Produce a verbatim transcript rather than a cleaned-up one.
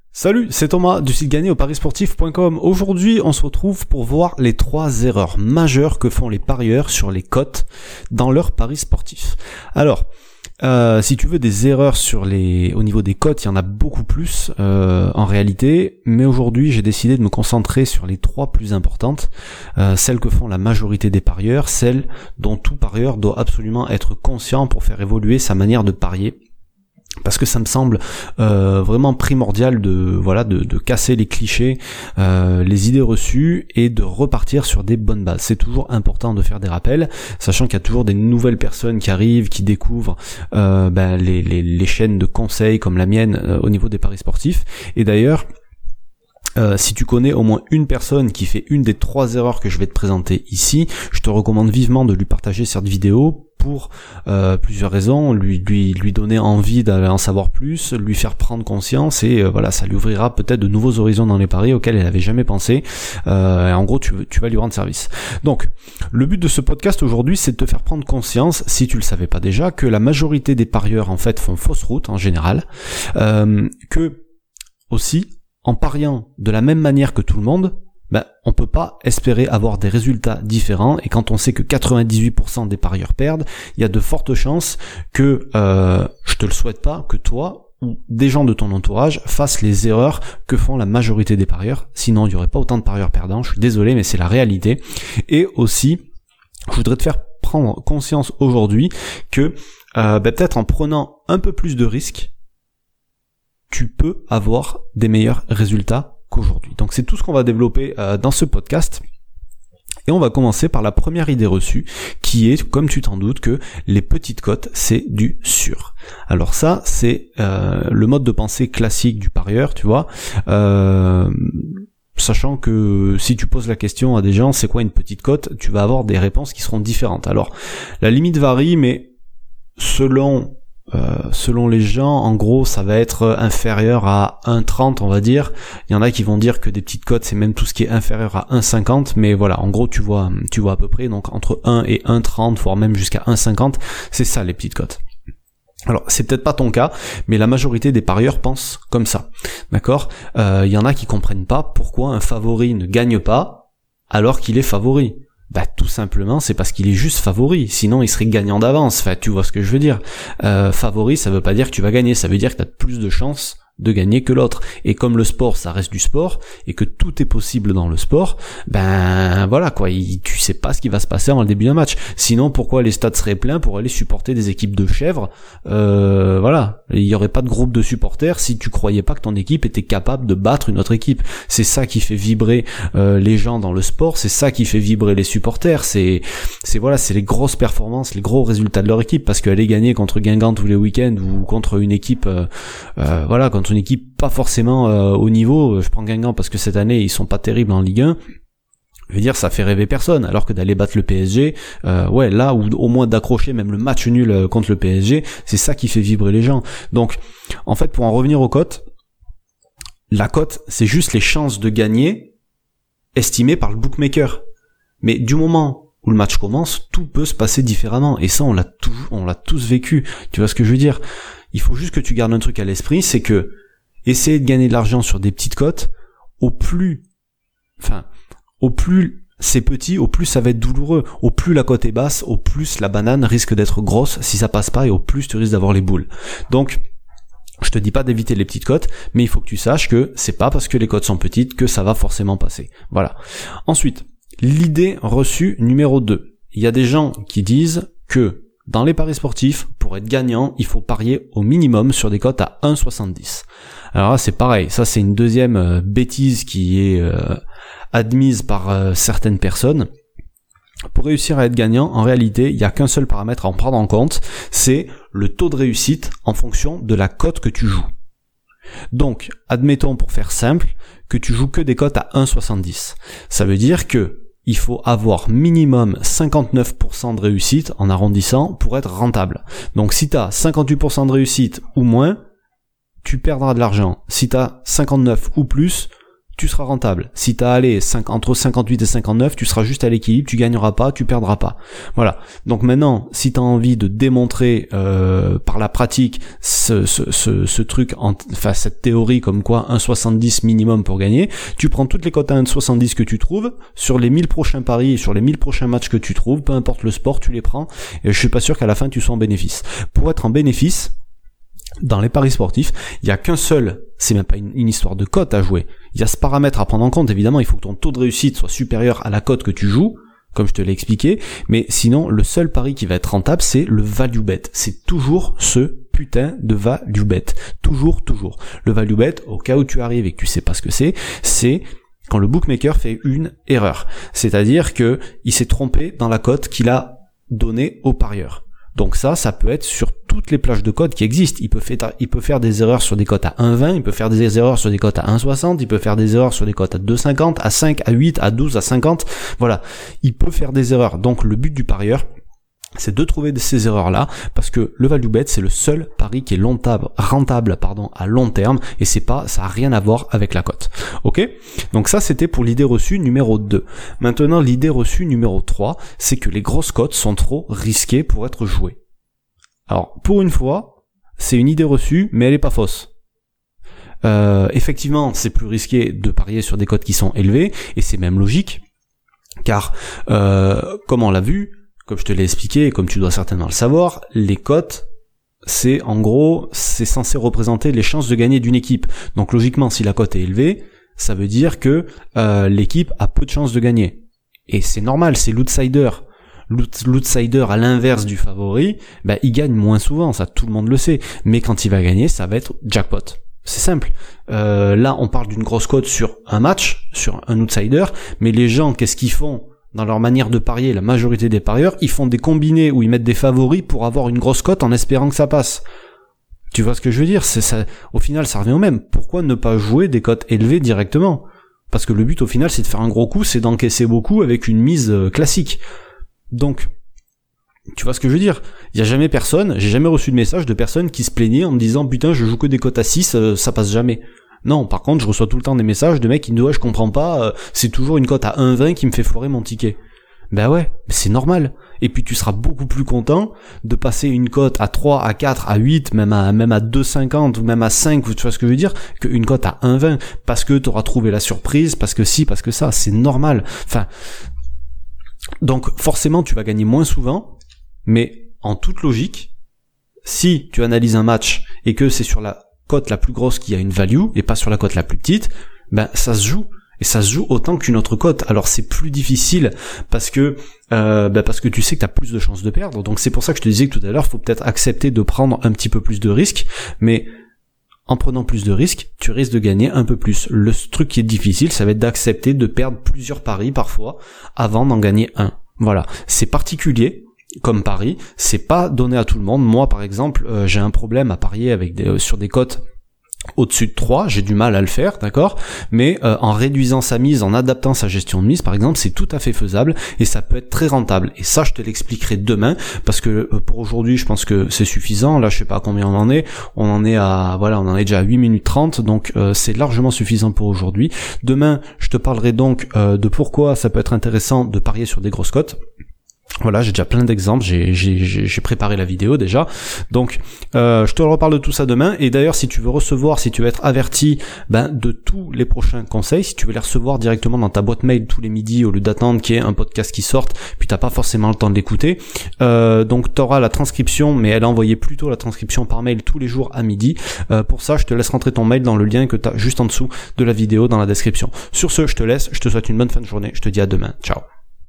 Salut, c'est Thomas du site gagner au paris sportif point com. Aujourd'hui, on se retrouve pour voir les trois erreurs majeures que font les parieurs sur les cotes dans leurs paris sportifs. Alors, euh, si tu veux des erreurs sur les, au niveau des cotes, il y en a beaucoup plus euh, en réalité, mais aujourd'hui, j'ai décidé de me concentrer sur les trois plus importantes, euh, celles que font la majorité des parieurs, celles dont tout parieur doit absolument être conscient pour faire évoluer sa manière de parier. Parce que ça me semble euh, vraiment primordial de voilà de, de casser les clichés, euh, les idées reçues et de repartir sur des bonnes bases. C'est toujours important de faire des rappels, sachant qu'il y a toujours des nouvelles personnes qui arrivent, qui découvrent euh, ben, les, les, les chaînes de conseils comme la mienne euh, au niveau des paris sportifs. Et d'ailleurs, Euh, si tu connais au moins une personne qui fait une des trois erreurs que je vais te présenter ici, je te recommande vivement de lui partager cette vidéo pour euh, plusieurs raisons, lui lui lui donner envie d'aller en savoir plus, lui faire prendre conscience et euh, voilà, ça lui ouvrira peut-être de nouveaux horizons dans les paris auxquels elle n'avait jamais pensé. Euh, et en gros, tu tu vas lui rendre service. Donc, le but de ce podcast aujourd'hui, c'est de te faire prendre conscience, si tu le savais pas déjà, que la majorité des parieurs en fait font fausse route en général, euh, que aussi en pariant de la même manière que tout le monde, ben, on peut pas espérer avoir des résultats différents, et quand on sait que quatre-vingt-dix-huit pour cent des parieurs perdent, il y a de fortes chances que, euh, je te le souhaite pas, que toi ou des gens de ton entourage fassent les erreurs que font la majorité des parieurs, sinon il y aurait pas autant de parieurs perdants, je suis désolé mais c'est la réalité. Et aussi, je voudrais te faire prendre conscience aujourd'hui que, euh, ben, peut-être en prenant un peu plus de risques, tu peux avoir des meilleurs résultats qu'aujourd'hui. Donc c'est tout ce qu'on va développer euh, dans ce podcast. Et on va commencer par la première idée reçue, qui est, comme tu t'en doutes, que les petites cotes, c'est du sûr. Alors ça, c'est euh, le mode de pensée classique du parieur, tu vois. Euh, sachant que si tu poses la question à des gens, c'est quoi une petite cote, tu vas avoir des réponses qui seront différentes. Alors, la limite varie, mais selon... Euh, selon les gens, en gros, ça va être inférieur à un virgule trente, on va dire. Il y en a qui vont dire que des petites cotes, c'est même tout ce qui est inférieur à un virgule cinquante, mais voilà, en gros, tu vois, tu vois à peu près, donc entre un et un virgule trente, voire même jusqu'à un virgule cinquante, c'est ça les petites cotes. Alors, c'est peut-être pas ton cas, mais la majorité des parieurs pensent comme ça, d'accord ? Euh, il y en a qui comprennent pas pourquoi un favori ne gagne pas alors qu'il est favori. Bah tout simplement c'est parce qu'il est juste favori, sinon il serait gagnant d'avance, enfin tu vois ce que je veux dire. Euh, favori ça veut pas dire que tu vas gagner, ça veut dire que tu as plus de chances de gagner que l'autre. Et comme le sport ça reste du sport, et que tout est possible dans le sport, ben voilà quoi, il, tu sais pas ce qui va se passer avant le début d'un match. Sinon pourquoi les stades seraient pleins pour aller supporter des équipes de chèvres? euh, Voilà, il y aurait pas de groupe de supporters si tu croyais pas que ton équipe était capable de battre une autre équipe. C'est ça qui fait vibrer euh, les gens dans le sport, c'est ça qui fait vibrer les supporters, c'est c'est voilà, c'est les grosses performances, les gros résultats de leur équipe, parce qu'aller gagner contre Guingamp tous les week-ends ou contre une équipe euh, euh, voilà, contre une équipe pas forcément euh, au niveau, je prends Guingamp parce que cette année ils sont pas terribles en Ligue un, je veux dire ça fait rêver personne, alors que d'aller battre le P S G, euh, ouais là, ou au moins d'accrocher même le match nul contre le P S G, c'est ça qui fait vibrer les gens. Donc en fait, pour en revenir aux cotes, la cote c'est juste les chances de gagner estimées par le bookmaker, mais du moment où le match commence, tout peut se passer différemment, et ça on l'a toujours, on l'a tous vécu, tu vois ce que je veux dire. Il faut juste que tu gardes un truc à l'esprit, c'est que essayer de gagner de l'argent sur des petites cotes, au plus, enfin, au plus c'est petit, au plus ça va être douloureux. Au plus la cote est basse, au plus la banane risque d'être grosse si ça passe pas, et au plus tu risques d'avoir les boules. Donc, je te dis pas d'éviter les petites cotes, mais il faut que tu saches que c'est pas parce que les cotes sont petites que ça va forcément passer. Voilà. Ensuite, l'idée reçue numéro deux. Il y a des gens qui disent que dans les paris sportifs, pour être gagnant, il faut parier au minimum sur des cotes à un virgule soixante-dix. Alors là, c'est pareil, ça c'est une deuxième euh, bêtise qui est euh, admise par euh, certaines personnes. Pour réussir à être gagnant, en réalité, il n'y a qu'un seul paramètre à en prendre en compte, c'est le taux de réussite en fonction de la cote que tu joues. Donc, admettons pour faire simple, que tu joues que des cotes à un virgule soixante-dix. Ça veut dire que il faut avoir minimum cinquante-neuf pour cent de réussite en arrondissant pour être rentable. Donc si tu as cinquante-huit pour cent de réussite ou moins, tu perdras de l'argent. Si tu as cinquante-neuf ou plus, tu seras rentable. Si t'as allé cinq, entre cinquante-huit et cinquante-neuf, tu seras juste à l'équilibre, tu gagneras pas, tu perdras pas. Voilà. Donc maintenant, si t'as envie de démontrer euh, par la pratique ce, ce, ce, ce truc, en, enfin cette théorie comme quoi un virgule soixante-dix minimum pour gagner, tu prends toutes les cotes à un virgule soixante-dix que tu trouves, sur les mille prochains paris, sur les mille prochains matchs que tu trouves, peu importe le sport, tu les prends, et je suis pas sûr qu'à la fin tu sois en bénéfice. Pour être en bénéfice, dans les paris sportifs, il y a qu'un seul, c'est même pas une, une histoire de cote à jouer. Il y a ce paramètre à prendre en compte, évidemment, il faut que ton taux de réussite soit supérieur à la cote que tu joues, comme je te l'ai expliqué, mais sinon, le seul pari qui va être rentable, c'est le value bet. C'est toujours ce putain de value bet. Toujours, toujours. Le value bet, au cas où tu arrives et que tu sais pas ce que c'est, c'est quand le bookmaker fait une erreur. C'est-à-dire que il s'est trompé dans la cote qu'il a donnée au parieur. Donc ça, ça peut être sur toutes les plages de cotes qui existent. Il peut faire, il peut faire des erreurs sur des cotes à un virgule vingt, il peut faire des erreurs sur des cotes à un virgule soixante, il peut faire des erreurs sur des cotes à deux virgule cinquante, à cinq, à huit, à douze, à cinquante. Voilà. Il peut faire des erreurs. Donc le but du parieur, c'est de trouver ces erreurs-là, parce que le value bet, c'est le seul pari qui est rentable, rentable, pardon, à long terme, et c'est pas, ça a rien à voir avec la cote. Ok? Donc ça, c'était pour l'idée reçue numéro deux. Maintenant, l'idée reçue numéro trois, c'est que les grosses cotes sont trop risquées pour être jouées. Alors, pour une fois, c'est une idée reçue, mais elle est pas fausse. Euh, effectivement, c'est plus risqué de parier sur des cotes qui sont élevées, et c'est même logique, car, euh, comme on l'a vu, comme je te l'ai expliqué, et comme tu dois certainement le savoir, les cotes, c'est en gros, c'est censé représenter les chances de gagner d'une équipe. Donc logiquement, si la cote est élevée, ça veut dire que euh, l'équipe a peu de chances de gagner. Et c'est normal, c'est l'outsider. L'outsider, à l'inverse du favori, bah, il gagne moins souvent, ça tout le monde le sait. Mais quand il va gagner, ça va être jackpot. C'est simple. Euh, là, on parle d'une grosse cote sur un match, sur un outsider, mais les gens, qu'est-ce qu'ils font ? Dans leur manière de parier, la majorité des parieurs, ils font des combinés où ils mettent des favoris pour avoir une grosse cote en espérant que ça passe. Tu vois ce que je veux dire? C'est ça. Au final, ça revient au même. Pourquoi ne pas jouer des cotes élevées directement? Parce que le but, au final, c'est de faire un gros coup, c'est d'encaisser beaucoup avec une mise euh, classique. Donc, tu vois ce que je veux dire? Il y a jamais personne, j'ai jamais reçu de message de personne qui se plaignait en me disant putain, je joue que des cotes à six, euh, ça passe jamais. Non, par contre, je reçois tout le temps des messages de mecs qui me disent ouais, je comprends pas, euh, c'est toujours une cote à un virgule vingt qui me fait foirer mon ticket. Ben ouais, c'est normal. Et puis tu seras beaucoup plus content de passer une cote à trois, à quatre, à huit, même à même à deux virgule cinquante ou même à cinq, tu vois ce que je veux dire, qu'une cote à un virgule vingt parce que tu auras trouvé la surprise, parce que si, parce que ça, c'est normal. Enfin, donc forcément, tu vas gagner moins souvent, mais en toute logique, si tu analyses un match et que c'est sur la cote la plus grosse qui a une value et pas sur la cote la plus petite, ben ça se joue et ça se joue autant qu'une autre cote. Alors c'est plus difficile parce que euh, ben parce que tu sais que tu as plus de chances de perdre. Donc c'est pour ça que je te disais que tout à l'heure, faut peut-être accepter de prendre un petit peu plus de risques, mais en prenant plus de risques, tu risques de gagner un peu plus. Le truc qui est difficile, ça va être d'accepter de perdre plusieurs paris parfois avant d'en gagner un. Voilà, c'est particulier comme pari, c'est pas donné à tout le monde. Moi par exemple, euh, j'ai un problème à parier avec des, euh, sur des cotes au-dessus de trois, j'ai du mal à le faire, d'accord, mais euh, en réduisant sa mise, en adaptant sa gestion de mise par exemple, c'est tout à fait faisable et ça peut être très rentable. Et ça je te l'expliquerai demain, parce que euh, pour aujourd'hui je pense que c'est suffisant. Là je sais pas à combien on en est, on en est à voilà on en est déjà à huit minutes trente, donc euh, c'est largement suffisant pour aujourd'hui. Demain je te parlerai donc euh, de pourquoi ça peut être intéressant de parier sur des grosses cotes. Voilà, j'ai déjà plein d'exemples, j'ai, j'ai, j'ai préparé la vidéo déjà, donc euh, je te reparle de tout ça demain. Et d'ailleurs, si tu veux recevoir, si tu veux être averti ben, de tous les prochains conseils, si tu veux les recevoir directement dans ta boîte mail tous les midis au lieu d'attendre qu'il y ait un podcast qui sorte, puis t'as pas forcément le temps de l'écouter, euh, donc t'auras la transcription, mais elle est envoyée plutôt la transcription par mail tous les jours à midi. Euh, pour ça, je te laisse rentrer ton mail dans le lien que t'as juste en dessous de la vidéo dans la description. Sur ce, je te laisse, je te souhaite une bonne fin de journée, je te dis à demain, ciao.